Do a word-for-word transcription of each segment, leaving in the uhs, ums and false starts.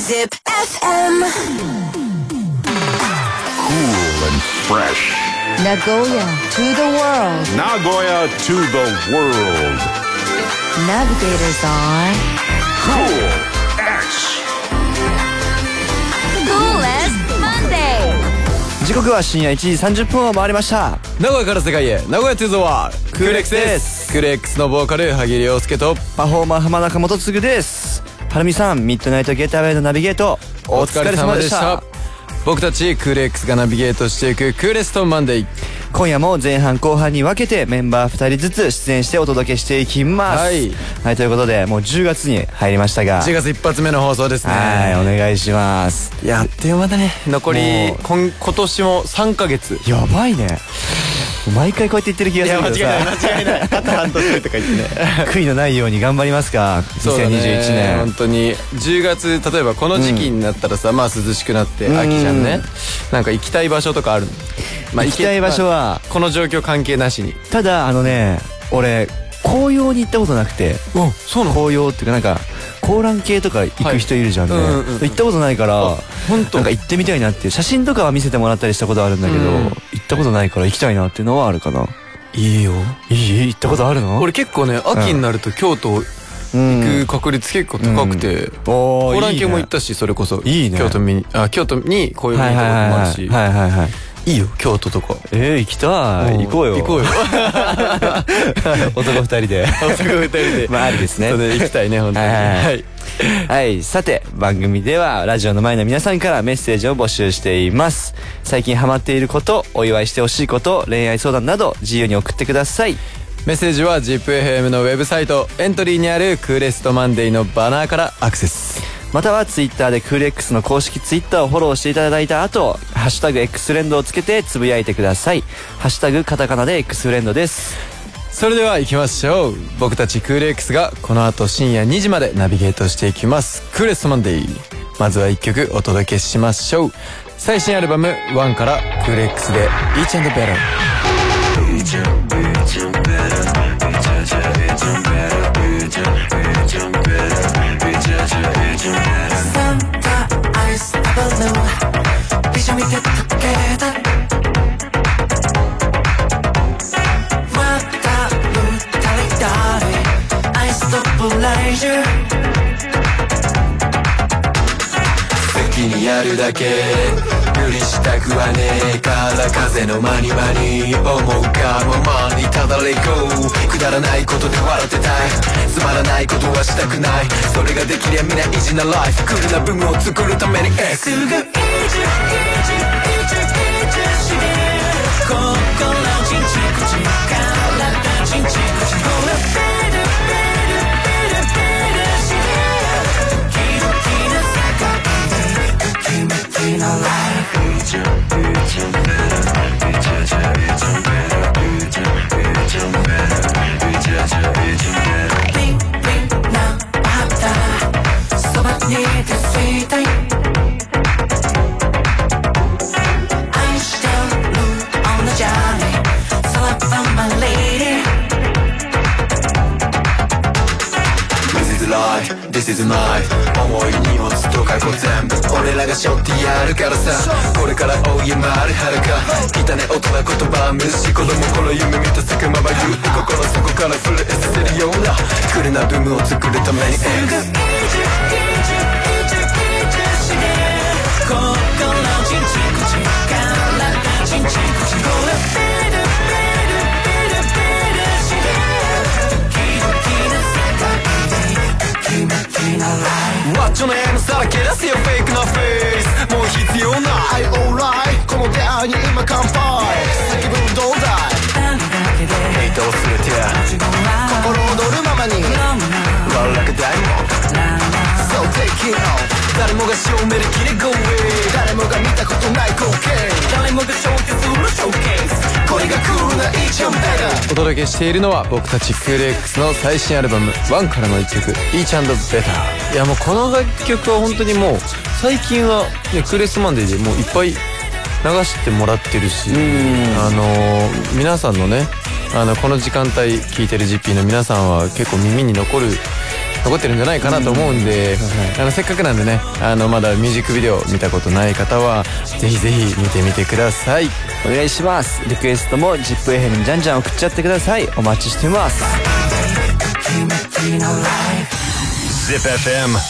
Zip エフエム Cool and fresh. Nagoya to the world. Nagoya to the world. Navigators on Cool X. Coolest Monday. 時刻は深夜いちじさんじゅっぷんを回りました。 名古屋から世界へ、名古屋トゥーザワールド、クール X です。クール X のボーカル萩亮介とパフォーマー浜中元次です。はるみさん、ミッドナイトゲートアウェイのナビゲートお疲れ様でした。 僕たちクール X がナビゲートしていくクーレストマンデー。 今夜も前半後半に分けてメンバーふたりずつ出演してお届けしていきます。はい、はい、ということでもうじゅうがつに入りましたが、 じゅうがつ一発目の放送ですね。 はい、お願いします。 いや、あっという間だね。残り今今年もさんかげつ。 やばいね。毎回こうやって言ってる気がするけどさ。 いや、間違いない間違いない。あと半年とか言ってね。 悔いのないように頑張りますか。にせんにじゅういちねん。 本当にじゅうがつ、例えばこの時期になったらさ、うん、まあ涼しくなって秋じゃんね。なんか行きたい場所とかあるの？ まあ、行きたい場所はこの状況関係なしに。 ただあのね、俺紅葉に行ったことなくて。 うん、そうなの？ 紅葉っていうかなんか高蘭系とか行く人いるじゃんね。行ったことないから本当なんか行ってみたいなっていう。写真とかは見せてもらったりしたことあるんだけど、行ったことないから行きたいなっていうのはあるかな。 いいよ。 いい？行ったことあるの？ 俺結構ね、秋になると京都行く確率結構高くて、高蘭系も行ったし、それこそいいね。 京都にあ京都にこういうの行ったこともあるし、はいはいはい。いいよ、京都とか。 えー、行きたい。行こうよ。 行こうよ。 男二人で。 男二人で。 まあありですね。 それで行きたいね、本当に。はい。 はい。さて、番組ではラジオの前の皆さんからメッセージを募集しています。最近ハマっていること、お祝いしてほしいこと、恋愛相談など自由に送ってください。 メッセージは ジップエフエム のウェブサイトエントリーにあるクーレストマンデーのバナーからアクセス。 またはツイッターでクール X の公式ツイッターをフォローしていただいた後、ハッシュタグ X フレンドをつけてつぶやいてください。ハッシュタグカタカナで X フレンドです。 それでは行きましょう。僕たちクール X がこの後深夜にじまでナビゲートしていきます。クーレストマンデー。まずはいっきょくお届けしましょう。最新アルバムワンからクール X で Each and Better。 ビジョン見て溶けた渡るたりだりアイスとブライジュ席にやるだけ無理したくはねえから風のまにまに思うがままにただれいこう。くだらないことで笑ってたい。つまらないことはしたくない。それができりゃみんなイジなライフ。クールな部分を作るために X すぐイジイジイジイジして心ちんちくち体ちんちくちほらベルベルベルベルしてドキドキな世界でときめきなライフ。 This is mine 重い荷物と過去全部俺らが背負ってやるからさ。これから大い回るはるか汚ね音な言葉無視。子供頃夢見た先まばゆい心底から震えさせるようなクールなブームを作るために X すぐイジイジイジイジして心ちんちくち体ちんちくちほらベルベルベルベルしてドキドキな世界でワッチョの M さらけ出せよフェイクなフェイス。もう必要ない Alright この出会いに今乾杯。叫ぶどうだいヘイトをすべて心躍るままに Run like a diamond So take it on 誰もが証明できる Go away 誰もが見たことない光景誰もが承知するショーケース。これがクールな Each and Better。 お届けしているのは僕たちクール X の最新アルバムワンからのいっきょく Each and Better。 いやもうこの楽曲は本当にもう最近は、ね、クール X マンデーでもういっぱい流してもらってるし、あのー、皆さんのねあのこの時間帯聴いてる ジーピー の皆さんは結構耳に残る残ってるんじゃないかなと思うんで、あのせっかくなんでね、あのまだミュージックビデオ見たことない方はぜひぜひ見てみてください。 お願いします。リクエストも ジップエフエム にじゃんじゃん送っちゃってください。お待ちしてます。 Zip エフエム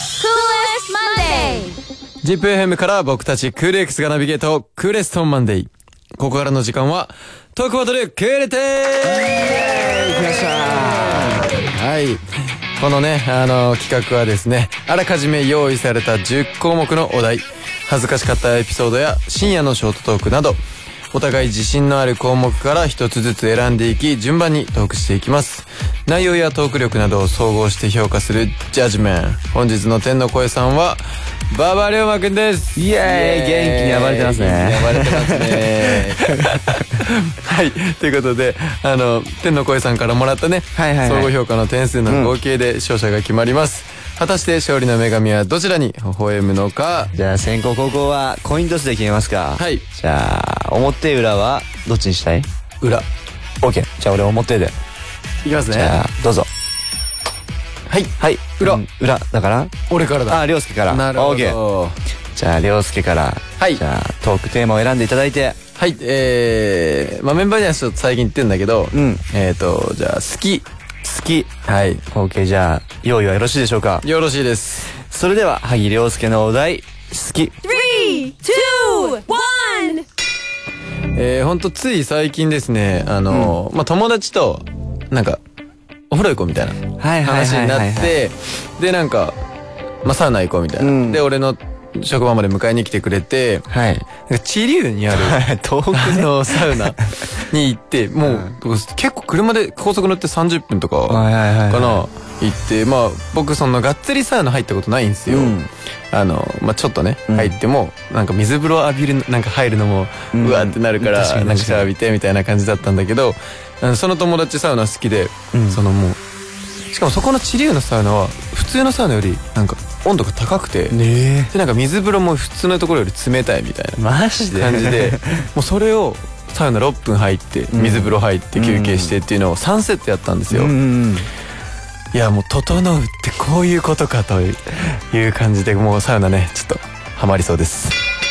Coolest Monday. ジップ エフエム から僕たちクール X がナビゲートクーレストンマンデー。ここからの時間はトークバトルクールテー来ました。 はい、このねあの企画はですね、あらかじめ用意されたじゅっこうもくのお題、恥ずかしかったエピソードや深夜のショートトークなど、お互い自信のある項目から一つずつ選んでいき、順番にトークしていきます。内容やトーク力などを総合して評価するジャッジメン。本日の天の声さんは馬場龍馬くんです。 イエーイ、元気に暴れてますね。 元気に暴れてますね。はい、ということで、あの天の声さんからもらったね、 はいはいはい、 総合評価の点数の合計で勝者が決まります。うん、果たして勝利の女神はどちらに微笑むのか。 じゃあ先攻後攻はコイントスで決めますか。 はい。 じゃあ表裏はどっちにしたい？ 裏。 オッケー。じゃあ俺表でいきますね。 じゃあどうぞ。 はいはい裏、 うん、裏だから俺からだ。 あ、涼介から。 なるほど。 オッケー。じゃあ涼介から、 はい、 じゃあトークテーマを選んでいただいて。 はい、えー、まあメンバーにはちょっと最近言ってんだけど、うん、えーとじゃあ好き好き。 はい、 オッケー。じゃあ用意はよろしいでしょうか？ よろしいです。 それでは萩涼介のお題、好き。 スリー、ツー、ワン。 えー、ほんとつい最近ですね、あの、うん、まあ友達となんかお風呂行こうみたいな話になって、でなんかまあサウナ行こうみたいな、うん、で俺の職場まで迎えに来てくれて、はい、知立にある遠くのサウナに行って、もう結構車で高速乗ってさんじゅっぷんとかかな行って、まあ僕そんながっつりサウナ入ったことないんですよ。うん、あのまあちょっとね、うん、入ってもなんか水風呂浴びるなんか入るのもうわってなるから、うん、なんかシャワー浴びてみたいな感じだったんだけど、あのその友達サウナ好きで、うん、そのもうしかもそこの知立のサウナは普通のサウナよりなんか温度が高くて、ね、でなんか水風呂も普通のところより冷たいみたいなマジで感じで、もうそれをサウナろっぷん入って水風呂入って休憩してっていうのをさんセットやったんですよ。うんうん、いやもう整うってこういうことかという感じで、もうサウナねちょっとハマりそうです。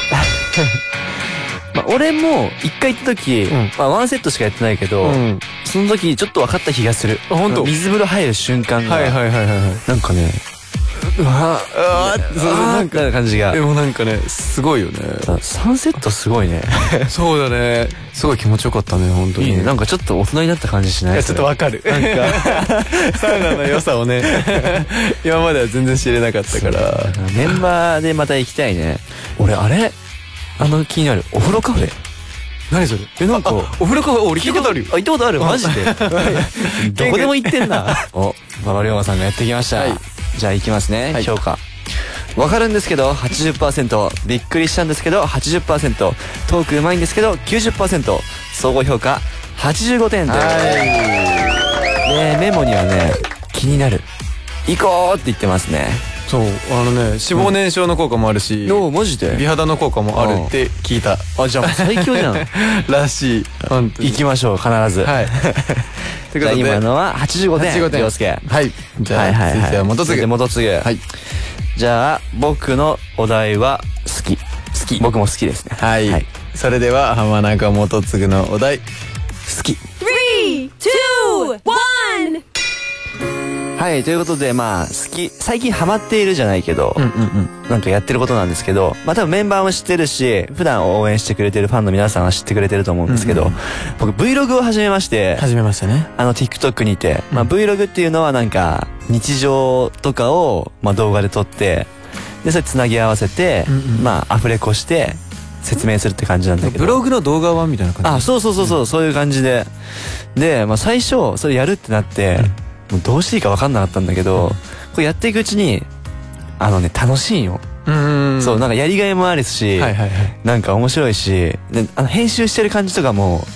まあ俺も一回行った時、うん、まあワンセットしかやってないけど、うん、その時ちょっと分かった気がする。あ、本当？水風呂入る瞬間が、はいはいはいはい、なんかね、うわあーそうなんか感じが、 でもなんかねすごいよね。 さんセットすごいね。 そうだね、すごい気持ちよかったね本当に。 いいね、なんかちょっと大人になった感じしない？いやちょっとわかる。なんかサウナの良さをね今までは全然知れなかったから、 メンバーでまた行きたいね。俺あれあの気になるお風呂カフェ。 何それ？え、なんかお風呂カフェ俺聞いたことあるよ。 あ、行ったことある？マジで？どこでも行ってんな。お、馬場龍馬さんがやってきました。はい、じゃあ行きますね、はい、評価。わかるんですけど はちじゅっパーセント、 びっくりしたんですけど はちじゅっパーセント、 トークうまいんですけど きゅうじゅっパーセント、 総合評価はちじゅうごてんです。でメモにはね、気になる、行こうって言ってますね。 そう、あのね、脂肪燃焼の効果もあるし、 お、マジで美肌の効果もあるって聞いた。 あ、じゃあ最強じゃん。 らしい。 本当に行きましょう、必ず。はい。ということで今のははちじゅうごてん。はちじゅうごてん。涼介。 はい。じゃあ続いては元次。 元次。はい。じゃあ僕のお題は好き。好き。僕も好きですね。 はい。それでは浜中元次のお題、好き。 スリー、ツー、ワン。 はい、ということで、まあ、好き、最近ハマっているじゃないけど、うんうんうん、なんかやってることなんですけど、まあ多分メンバーも知ってるし、普段応援してくれてるファンの皆さんは知ってくれてると思うんですけど、うんうん、僕 Vlog を始めまして、 始めましたね。 あの TikTok にて、まあ Vlog っていうのはなんか、日常とかを、まあ動画で撮って、で、それつなぎ合わせて、うんうん、まあアフレコして、説明するって感じなんだけど。 ブログの動画版みたいな感じ？ あ、そうそうそうそう、うん、そういう感じで。で、まあ最初、それやるってなって、うんもうどうしていいか分かんなかったんだけど、これやっていくうちにあのね楽しいよ。うんそう、なんかやりがいもあるし、はいはいはい、なんか面白いし、であの編集してる感じとかも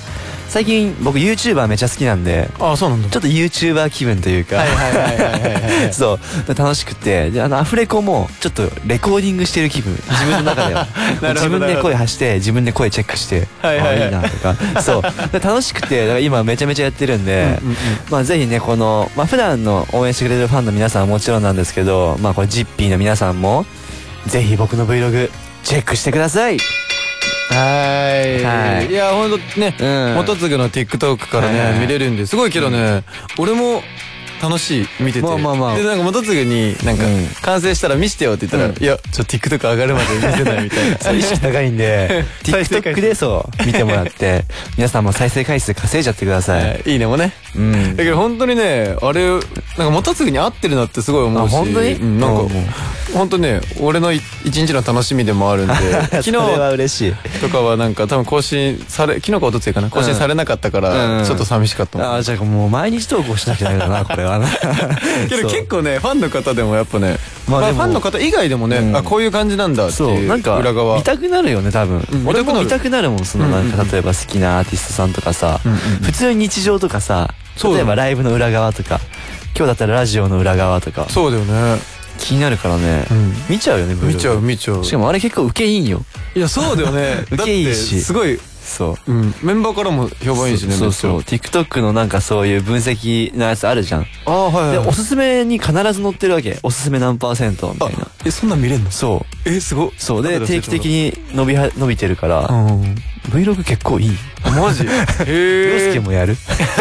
最近僕 YouTuber めちゃ好きなんで、 ああそうなんだ。 ちょっと YouTuber 気分というか、 はいはいはいはいはいはいそう楽しくて、であのアフレコもちょっとレコーディングしてる気分、自分の中では自分で声発して自分で声チェックして、 はいはいはい、 あいいなとか、そうで楽しくて、だから今めちゃめちゃやってるんで、うんうんうん、まあぜひねこの、まあ、普段の応援してくれるファンの皆さんはもちろんなんですけど、まあこれジッピーの皆さんもぜひ僕の Vlog チェックしてください。 はいはい。いやほんとね、 うん、 元次の TikTok からね、はいはい、見れるんですごいけどね、うん、俺も楽しい見てて、まあまあまあ、でなんか元次になんか、うん、完成したら見せてよって言ったら、うん、いやちょっと TikTok 上がるまで見せないみたいなそう意識高いんでTikTok でそう見てもらって皆さんも再生回数稼いじゃってください、はい、 いいねもね、うん、だけど本当にねあれなんか元次に合ってるなってすごい思うし、 本当に、 うん、なんか本当ね俺の一日の楽しみでもあるんで昨日は嬉しいとかはなんか多分更新され昨日か一昨日かな更新されなかったからちょっと寂しかったもん、うんうん、 あじゃあもう毎日投稿しなきゃいけないなこれはなけど結構ねファンの方でもやっぱね、まあ、ファンの方以外でもね、うん、あこういう感じなんだっていう裏側、 なんか見たくなるよね多分、うん、俺も見たくなるもん、そのなんか例えば好きなアーティストさんとかさ、うんうん、普通に日常とかさ、例えばライブの裏側とか今日だったらラジオの裏側とか、 そうだよね気になるからね、うん、見ちゃうよね。 見ちゃう見ちゃう。 しかもあれ結構ウケいいんよ。いやそうだよねウケいいしすごいそう、 うん、メンバーからも評判いいしね。 そうそう TikTok のなんかそういう分析のやつあるじゃん。 ああはい、はい、 でおすすめに必ず載ってるわけ。おすすめ何パーセントみたいな。 えそんなん見れんの？ そうえすごそうで定期的に伸びは伸びてるから、うん、Vlog 結構いい。 マジ？へえ。 陽介もやる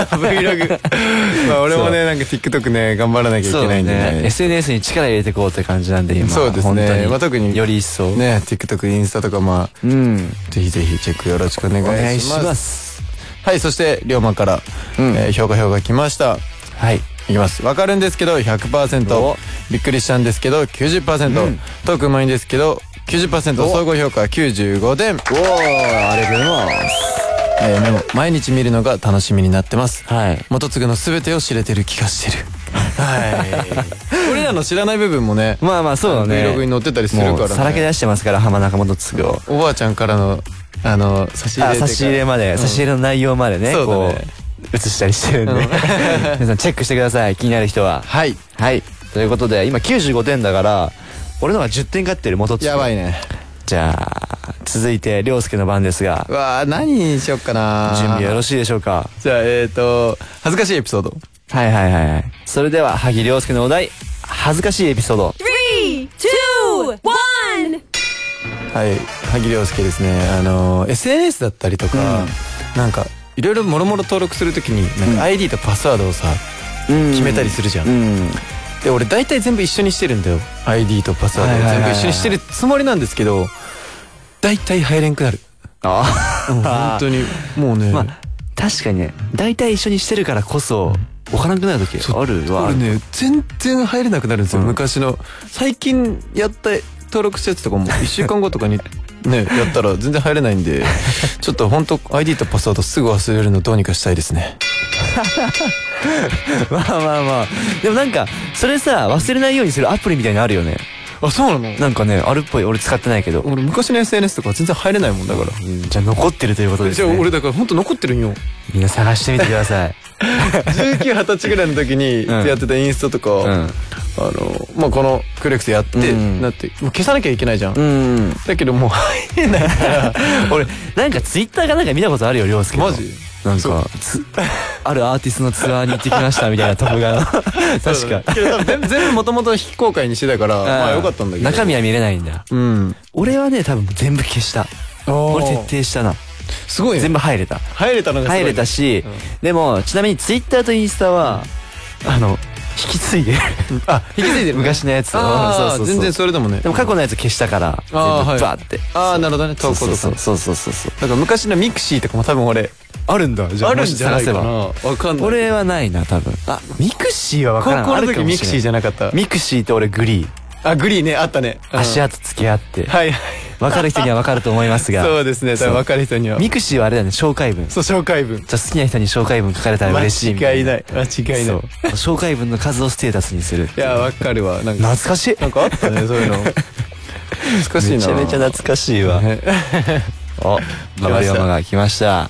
Vlog まあ俺もねなんか TikTok ね頑張らなきゃいけないんでねエスエヌエス に力入れていこうって感じなんで今。 そうですね、まあ、特により一層ね TikTok インスタとかまあ、うん、ぜひぜひチェックよろしくお願いします。はい、そして龍馬から、うんえー、評価評価来ました。はいいきます。わかるんですけど ひゃくパーセント びっくりしたんですけど きゅうじゅっパーセント、うん、トークうまいんですけど きゅうじゅっパーセント 総合評価きゅうじゅうごてん。おーありがとうございます。 えー、メモ毎日見るのが楽しみになってます。はい。元次のすべてを知れてる気がしてる。はい。俺らの知らない部分もね、 まあまあそうだね。 Vlog に載ってたりするからね。もうさらけ出してますから浜中元次を。 おばあちゃんからのあの差し入れ差し入れまで、うん、差し入れの内容までね、そうだねこう映したりしてるんで、うん、皆さんチェックしてください。気になる人は。はいはいということで今きゅうじゅうごてんだから俺のがじゅってん勝ってる元次。 やばいね。 じゃあ続いて涼介の番ですが、 うわー何にしよっかな。 準備よろしいでしょうか。 じゃあえーと恥ずかしいエピソード。 はいはいはいはい。それでは萩涼介のお題恥ずかしいエピソード。 スリー、ツー、ワン。 はい萩涼介ですね。あの エスエヌエス だったりとか、うん、なんかいろいろもろもろ登録するときになんか アイディー とパスワードをさ、うん、決めたりするじゃん、うんで俺大体全部一緒にしてるんだよ。 アイディー とパスワードを全部一緒にしてるつもりなんですけど大体入れんくなる。ああ、うん、本当にもうね、まあ、 確かにね大体一緒にしてるからこそ分からなくなる時あるわ。 俺ね全然入れなくなるんですよ、うん、昔の最近やった登録したやつとかもいっしゅうかんごとかにねやったら全然入れないんでちょっと本当 アイディー とパスワードすぐ忘れるのどうにかしたいですねまあまあまあでもなんかそれさ忘れないようにするアプリみたいなのあるよね。 あそうなの。 なんかねあるっぽい。俺使ってないけど俺昔の エスエヌエス とか全然入れないもんだから、 うん、じゃあ残ってるということですね。 じゃあ俺だから本当残ってるんよ。 みんな探してみてくださいじゅうきゅう、はたちぐらいの時にやってたインスタとか、うん、あのまあこのクレックスやって、うん、なってもう消さなきゃいけないじゃん、うん、だけどもう入れないから俺なんかツイッターかなんか見たことあるよ涼介の。 マジなんかあるアーティストのツアーに行ってきましたみたいなトムが確か全部もともと非公開にしてたからまあよかったんだけど中身は見れないんだ。うん俺はね多分全部消した。俺徹底したな。 すごいね。 全部入れた入れたのがすごい入れたし、うん、でもちなみにツイッターとインスタは、うん、あの引き継いでるあ引き継いでる昔のやつをあそうそうそう全然それでもね。 でも過去のやつ消したから全部バーってああなるほどね投稿とかそうそうそうそうそうだから昔のミクシーとかも多分俺あるんだ。じゃああるんじゃないかな。わかんない。 俺はないな多分。あミクシーはわからない。 高校の時ミクシーじゃなかった。 ミクシーと俺グリー。 あグリーねあったね。 足跡付き合って。 はい分かる人には分かると思いますがそうですね多分分かる人には。 ミクシーはあれだね紹介文。 そう紹介文。 じゃあ好きな人に紹介文書かれたら嬉しいみたいな。 間違いない間違いない。 紹介文の数をステータスにする。 いや分かるわ。なんか懐かしい。 なんかあったねそういうの懐かしいな。 めちゃめちゃ懐かしいわおババリオマが来ました。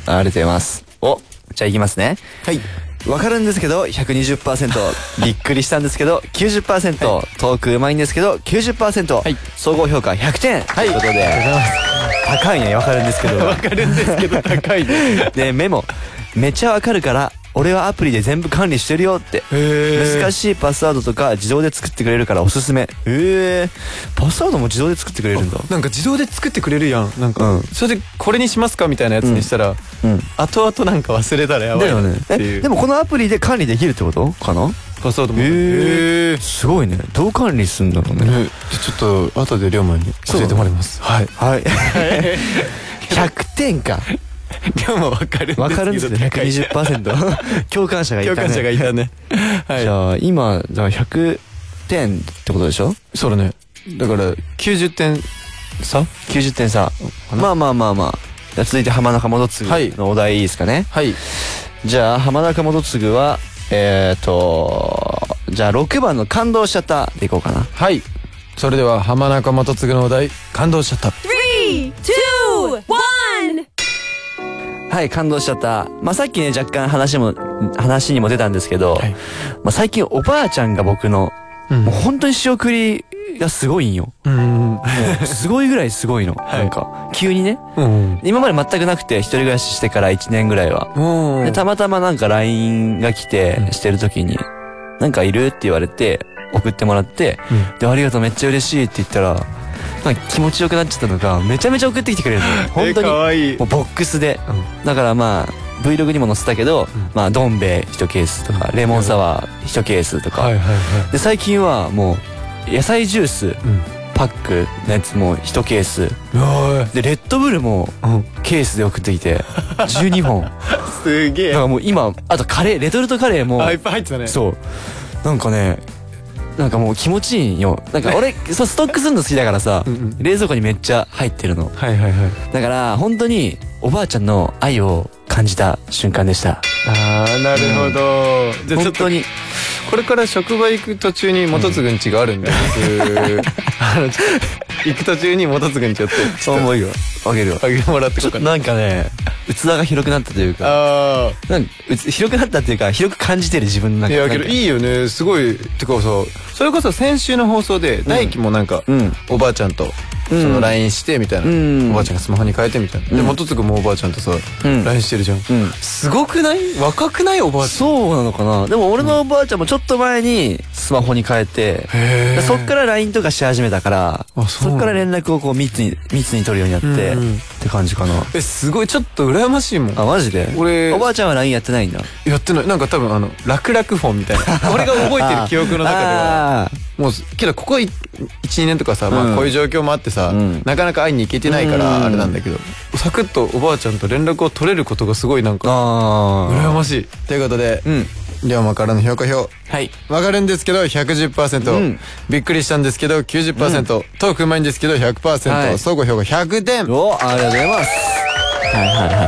ありがとうございます。お、じゃあいきますね。 はい。 わかるんですけど ひゃくにじゅっパーセント、 びっくりしたんですけど きゅうじゅっパーセント、はい、トークうまいんですけど きゅうじゅっパーセント、はい、総合評価ひゃくてん、はい、ということで高いね。わかるんですけどわかるんですけど高いね。でメモ、めっちゃわかるから俺はアプリで全部管理してるよって。難しいパスワードとか自動で作ってくれるからおすすめ。へえ、パスワードも自動で作ってくれるんだ。 なんか自動で作ってくれるやん。なんか、うん、それでこれにしますかみたいなやつにしたら、うん、後々なんか忘れたらやばいなっていう。 え、でもこのアプリで管理できるってことかな。 パスワードも。 へえ、すごいね。どう管理するんだろうね。 ね、ちょっと後で龍馬に教えてもらいます。はいはい。ひゃくてんか。 でも分かるんですけど分かるんですけど ひゃくにじゅっパーセント 共感者がいたね。 共感者がいたね。 はい。じゃあ今だからひゃくてんってことでしょ。 そうだね。だからきゅうじゅってん差 ? きゅうじゅってん差。まあまあまあまあ。じゃあ続いて浜中元次のお題いいですかね。 はい。 じゃあ浜中元次はえーとじゃあろくばんの感動しちゃったでいこうかな。 はい。それでは浜中元次のお題、感動しちゃった。 スリー、ツー、ワン。 はい、感動しちゃった。まあ、さっきね、若干話も、話にも出たんですけど、はい、まあ、最近おばあちゃんが僕の、うん、もう本当に仕送りがすごいんよ。うん、もうすごいぐらいすごいの。はい、なんか、急にね、うん、今まで全くなくて、一人暮らししてからいちねんぐらいは。でたまたまなんか ライン が来て、してる時に、なんかいるって言われて、送ってもらって、うん、で、ありがとう、めっちゃ嬉しいって言ったら、なんか気持ちよくなっちゃったのがめちゃめちゃ送ってきてくれるの。本当にもうボックスで、うん、だからまあ Vlog にも載せたけど、うん、まあどん兵衛いちケースとか、レモンサワーいちケースとか、はいはいはい、で最近はもう野菜ジュース、うん、パックのやつもいちケースで、レッドブルもケースで送ってきてじゅうにほん。 すげえ。 だからもう今あとカレー、レトルトカレーもあいっぱい入ってたね。 そうなんかね、なんかもう気持ちいいんよ。なんか俺そうストックするの好きだからさ、うんうん、冷蔵庫にめっちゃ入ってるの。はいはいはい。だから本当におばあちゃんの愛を感じた瞬間でした。 ああ、なるほど。うん、じゃあちょっと本当にこれから職場行く途中に元次ん家があるんで、僕、あの行く途中に元次ん家寄って、 そう思うよ。あげるよ。 あげてもらってこうかな。 なんかね、器が広くなったというか、あなんか広くなったっていうか広く感じてる自分の中で。 いやけどいいよね、すごい。てかさ、それこそ先週の放送で大輝もなんか、うん、おばあちゃんとその ライン してみたいな、うん、おばあちゃんがスマホに変えてみたいな、うん、で元次もおばあちゃんとさ、うん、ライン してるじゃん、うん、すごくない？若くない？おばあちゃん。 そうなのかな。でも俺のおばあちゃんもちょっと前にスマホに変えて、うん、そっから ライン とかし始めたから、そっから連絡をこう密に密に取るようになって、うん、って感じかな。 え、すごい、ちょっと羨ましいもん。 あ、マジで？俺おばあちゃんは ライン やってないんだ。 やってない。なんか多分あの楽々フォンみたいな俺が覚えてる記憶の中ではもうけどここいちにねんとかさ、まあこういう状況もあってさ、うん、なかなか会いに行けてないからあれなんだけど、サクッとおばあちゃんと連絡を取れることがすごいなんか羨ましい。ということで、うん龍馬からの評価表。はい。わかるんですけど ひゃくじゅっパーセント、うん、びっくりしたんですけど きゅうじゅっパーセント、うん、トークうまいんですけど ひゃくパーセント、はい、総合評価ひゃくてん。 お、ありがとうございます。はいはいはい。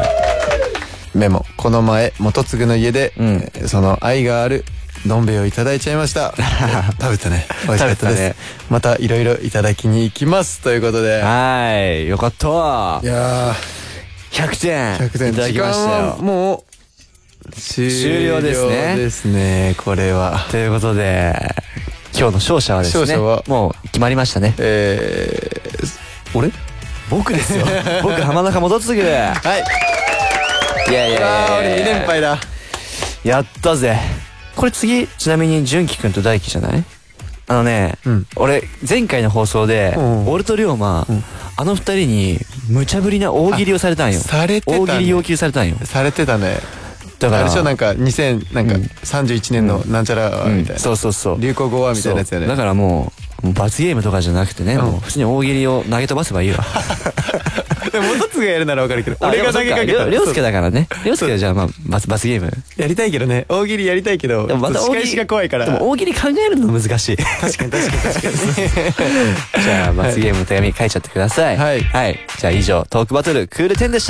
メモ、この前元次の家で、うん、その愛があるどん兵衛をいただいちゃいました。食べたね。美味しかったです。ね、またいろいろいただきに行きますということで。 はい、よかった。いやーひゃくてん。 ひゃくてん。いただきましたよ。もう終了ですね。ですね、これは。 ということで、今日の勝者はですね、勝者はもう決まりましたね。 えー、俺？ 僕ですよ。僕、浜中元次。はい。いやいやいや。 あー、俺に連敗だ。 やったぜ。これ次、ちなみに純喜くんと大輝じゃない？あのね、うん、俺、前回の放送で、うん、俺と龍馬、うん、あの二人に、無茶ぶりな大喜利をされたんよ。 されてたね。 大喜利要求されたんよ。 されてたね。だからあれでしょ、なんかにせんさんじゅういちねんのなんちゃらみたいな、 そうそうそう、 流行語はみたいなやつやね。 だからもう罰ゲームとかじゃなくてね、もう普通に大喜利を投げ飛ばせばいいわ。 でも元次がやるならわかるけど、俺が投げかけたら涼介だからね。涼介はじゃあまあ罰罰ゲームやりたいけどね、大喜利やりたいけど、でもまた仕返しが怖いから。 でも大喜利考えるの難しい。 確かに確かに確かに。 じゃあ罰ゲームの手紙書いちゃってください。はいはい。じゃあ以上トークバトルクールテンでした。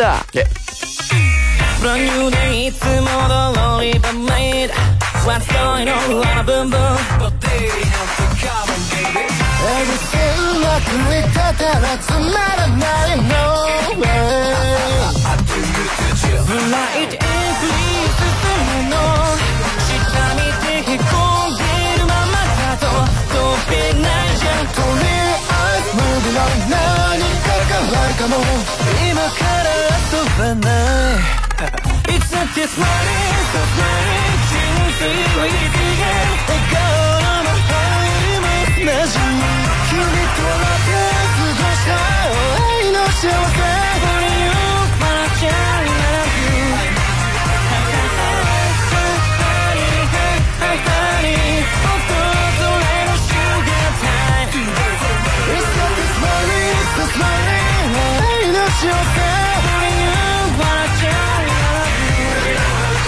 Brand new day いつも通り but made What's going on あらブンブン But they have to come on baby えぐせうまくいってたらつまらない No way ぶ It ain't please 進むの下見てへこんでるままだと飛べないじゃんとりあえず Moving on 何か変わるかも今から遊ばない It's not this money, so money 人生は一元笑顔のままにも同じ君とだけ過ごした愛の幸せ For you, my child, I love you Honey, honey 訪れる sugar time It's not this money, it's this money 愛の幸せ For you, my child, I love you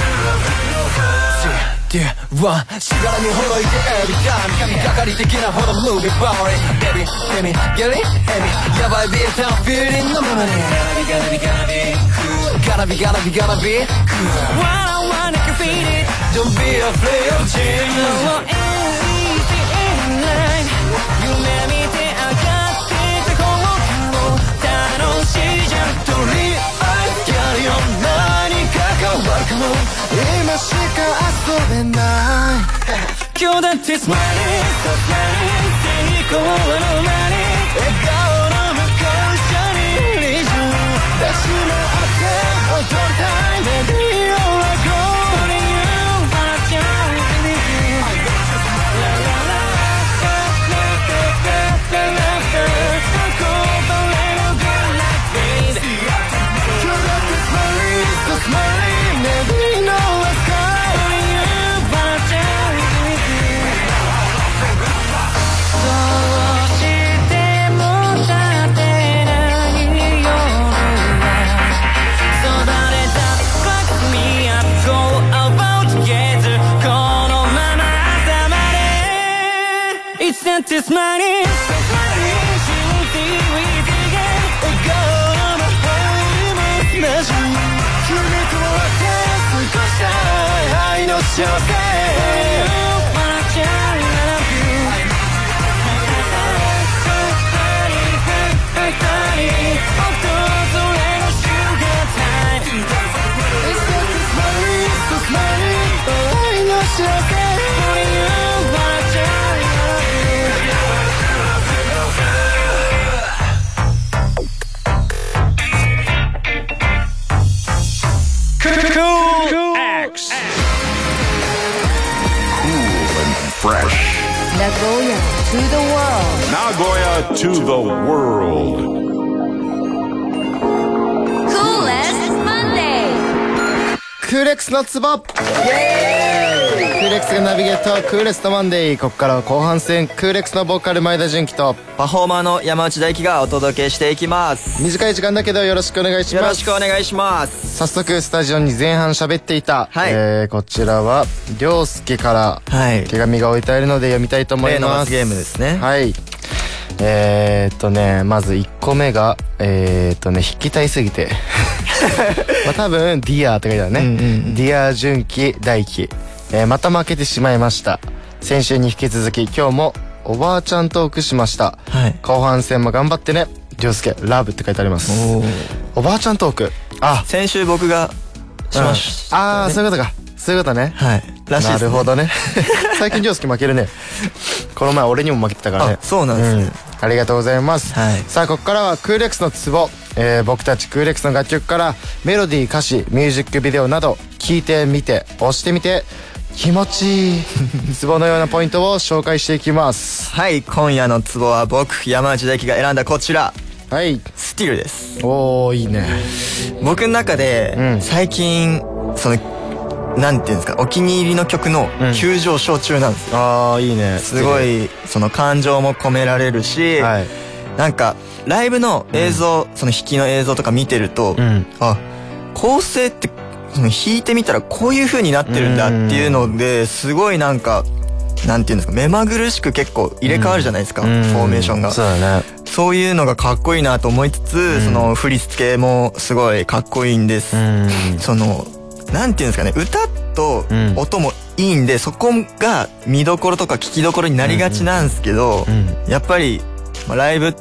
Dear one しがらみほどいて every time 神がかり的なほど move it body Baby, let me get it, let me やばいビート feeling のままに Gonna be, gonna be, gonna be cool Gonna be, gonna be, gonna be cool Wanna, wanna can feel it Don't be afraid of change No, ain't easy, ain't light 夢見て上がってたこの顔楽しいじゃんとりあえずやるよ何か変わるかも今しか遊べない今日だってスマイリースマイリー成功の間に笑顔の向こう下にリズム出し回って踊りたい Baby, all I go For you, I just believe you La la la La la la la la la Go for little girl like baby 今日だってスマイリースマイリー Baby, no, let's go For you, I just believe you どうしても立てない夜はそだれた Fuck me up, go about together このまま朝まで It's not this money, it's this money 信じていて笑顔のままにも同じ君とは過ごした愛の幸せ My child, I love you Honey, honey 訪れる sugar time It's not this money, it's this money 愛の幸せ For you, my child, I love you Cool X. Fresh. Nagoya to the world. Nagoya to the world. Coolest Monday. クーレックスのツボクーレックスがナビゲートクーレストマンデーここからは後半戦クーレックスのボーカル前田純喜とパフォーマーの山内大輝がお届けしていきます。 短い時間だけどよろしくお願いしよろますしくお願いします。 早速スタジオに前半喋っていた、 はいえー、こちらは涼介からはい手紙が置いてあるので読みたいと思い例のます罰ゲームですね。 はいえー、っとねまずいっこめがえー、っとね筆記体すぎてまあ多分 ディア って書いてあるね、うんうんうん、ディア純喜大輝、えー、また負けてしまいました。先週に引き続き今日もおばあちゃんトークしました、はい、後半戦も頑張ってね涼介ラブって書いてあります。 お, おばあちゃんトークあ先週僕がしました、ねうん、 ああそういうことかそういうことねはいらしいですね。なるほどね最近涼介負けるねこの前俺にも負けてたからね。 あそうなんですね、うんありがとうございます、はい、さあここからはクーレックスのツボ、えー、僕たちクーレックスの楽曲からメロディー歌詞ミュージックビデオなど聴いてみて押してみて気持ちいいツボのようなポイントを紹介していきます。 はい今夜のツボは僕山内大輝が選んだこちらはいスティルです。 おーいいね。 僕の中で、うん、最近そのなんていうんですかお気に入りの曲の急上昇中なんです、 うん、ああいいね。 すごいその感情も込められるし、はい、なんかライブの映像、うん、その弾きの映像とか見てると、うん、あ構成ってその弾いてみたらこういう風になってるんだっていうのですごいなんかなんていうんですか目まぐるしく結構入れ替わるじゃないですか、うん、フォーメーションが。 そうだね。 そういうのがかっこいいなと思いつつ、うん、その振り付けもすごいかっこいいんです、うん、そのなんていうんですかね歌と音もいいんで、うん、そこが見どころとか聞きどころになりがちなんですけど、うんうん、やっぱり、まあ、ライブって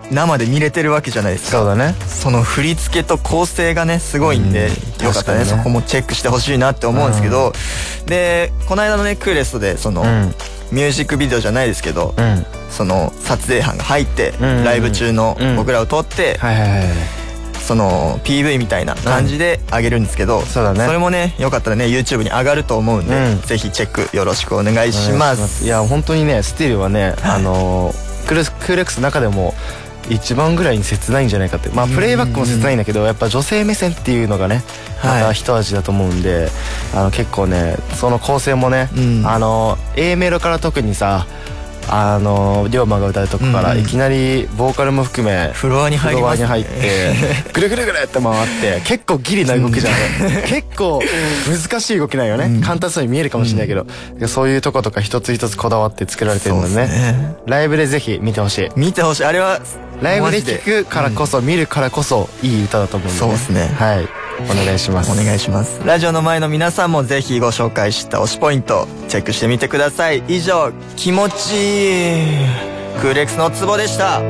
生で見れてるわけじゃないですか。 そうだね。 その振り付けと構成がねすごいんで、うん、よかったらねそこもチェックしてほしいなって思うんですけど、うん、でこの間のねクーレストでその、うん、ミュージックビデオじゃないですけど、うん、その撮影班が入って、うん、ライブ中の僕らを撮って、うん、はいはいはい、その ピーブイ みたいな感じで上げるんですけど、うん、そうだね、それもねよかったらね YouTube に上がると思うんで、うん、ぜひチェックよろしくお願いします。 いや本当にねスティールはね、あのー、クーレックスの中でも一番ぐらいに切ないんじゃないかって。まあプレイバックも切ないんだけど、やっぱ女性目線っていうのがねまた一味だと思うんで、あの結構ねその構成もね、うん、あの A メロから特にさ、あの龍馬が歌うとこからいきなりボーカルも含めフロアに入りますね、 フロアに入ってぐるぐるぐるって回って結構ギリな動きじゃない結構難しい動きなんよね、うん、簡単そうに見えるかもしれないけど、うん、そういうとことか一つ一つこだわって作られてるので ね, ねライブでぜひ見てほしい見てほしい。あれはライブで聴くからこそ、うん、見るからこそいい歌だと思うんで、ね、 そうですね、 はい、お願いします。 お願いします。ラジオの前の皆さんもぜひご紹介した推しポイントチェックしてみてください。以上、気持ちいいクーレックスのツボでした。ま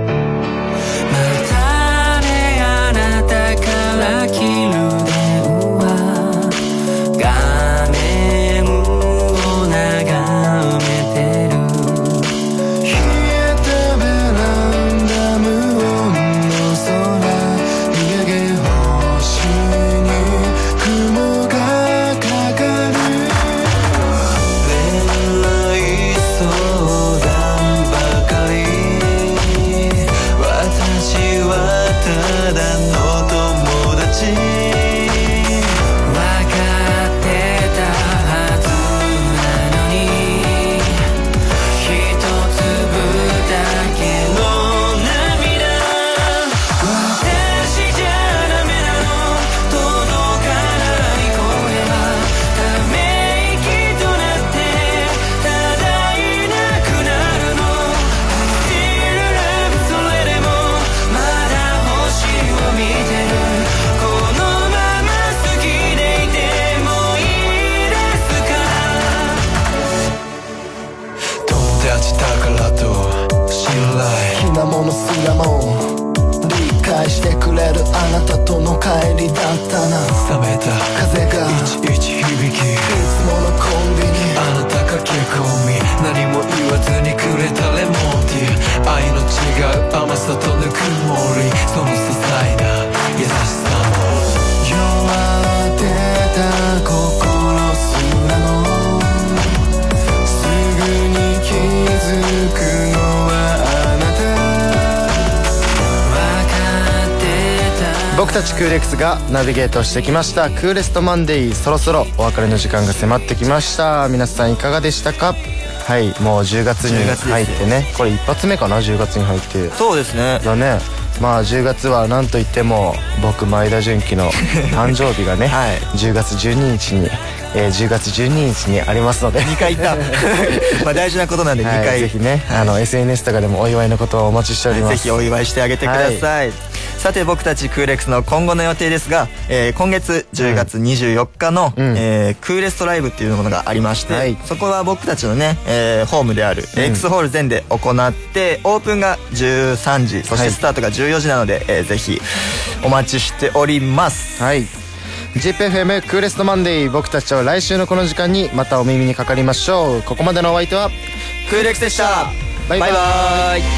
たねあなたから切る電話、画面を眺めてる、冷えたベランダ無音の空見上げ星に雲がかかる、恋愛相談ばかり、私はただの友達、分かってたはずなのに、一粒だけの涙、私じゃダメなの、届かない声はため息となってただいなくなるの、 Still love それでもまだ星を見てる、このまま好きでいてもいいですか、友達だからと信頼好きなものすらも理解してくれるあなたとの帰りだったな、 冷めた風がいちいち響き、 いつものコンビニ、 あなた駆け込み何も言わずにくれたレモンティー、愛の違う甘さとぬくもり、その些細な優しさも弱ってた心すらもすぐに気づくのはあなた、 僕たちクーレックスがナビゲートしてきましたクーレストマンデー、そろそろお別れの時間が迫ってきました。皆さんいかがでしたか。はい、もうじゅうがつに入ってね、これ一発目かな、じゅうがつに入って。 そうですねだね。まあじゅうがつはなんといっても僕前田純喜の誕生日がね、はい、じゅうがつじゅうににちに、えー、じゅうがつじゅうににちにありますのでにかい行ったまあ大事なことなんでにかい、 はい、ぜひねあの エスエヌエス とかでもお祝いのことをお待ちしております。 ぜひお祝いしてあげてください、はい、さて僕たちクーレックスの今後の予定ですが、えー、今月じゅうがつにじゅうよっかの、うんえー、クーレストライブっていうものがありまして、はい、そこは僕たちのね、えー、ホームである、うん、X ホール全で行ってオープンがじゅうさんじ、そしてスタートがじゅうよじなので、はいえー、ぜひお待ちしております。 はい、ジーピーエフエム クーレストマンデー、僕たちは来週のこの時間にまたお耳にかかりましょう。ここまでのお相手はクーレックスでした。 バイバイ。バイバイ。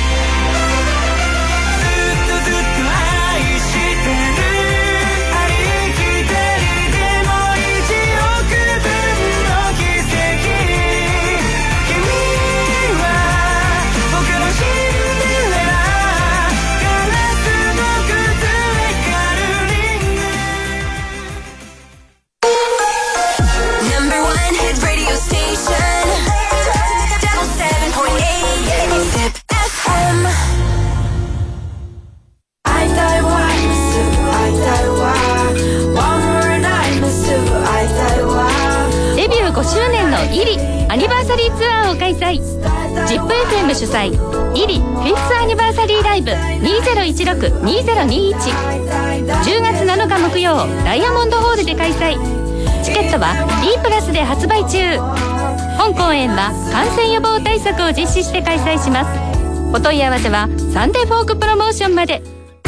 ごしゅうねんのイリアニバーサリーツアーを開催。 ジップエフエム 主催イリフィフスアニバーサリーライブにせんじゅうろく にせんにじゅういち、じゅうがつなのか木曜ダイヤモンドホールで開催。チケットは D プラスで発売中。本公演は感染予防対策を実施して開催します。 お問い合わせはサンデーフォークプロモーションまで。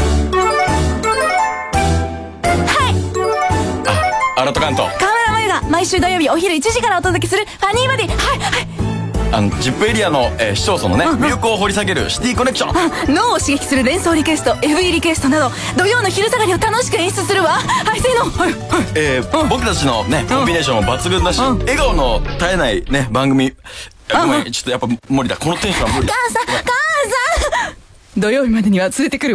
アラトカント河村真由が毎週土曜日お昼いちじからお届けするファニーバディ。はいはい。 あのジップエリアの、えー、市町村のね、うんうん、魅力を掘り下げるシティコネクション。 脳を刺激する連想リクエスト エフイー リクエストなど土曜の昼下がりを楽しく演出するわ。はいせーの。はいはい。えーうん、僕たちのねコンビネーションも抜群だし、うん、笑顔の絶えないね番組。ごめんちょっとやっぱ無理だこのテンションは無理。 母さん母さん土曜日までには連れてくるわ。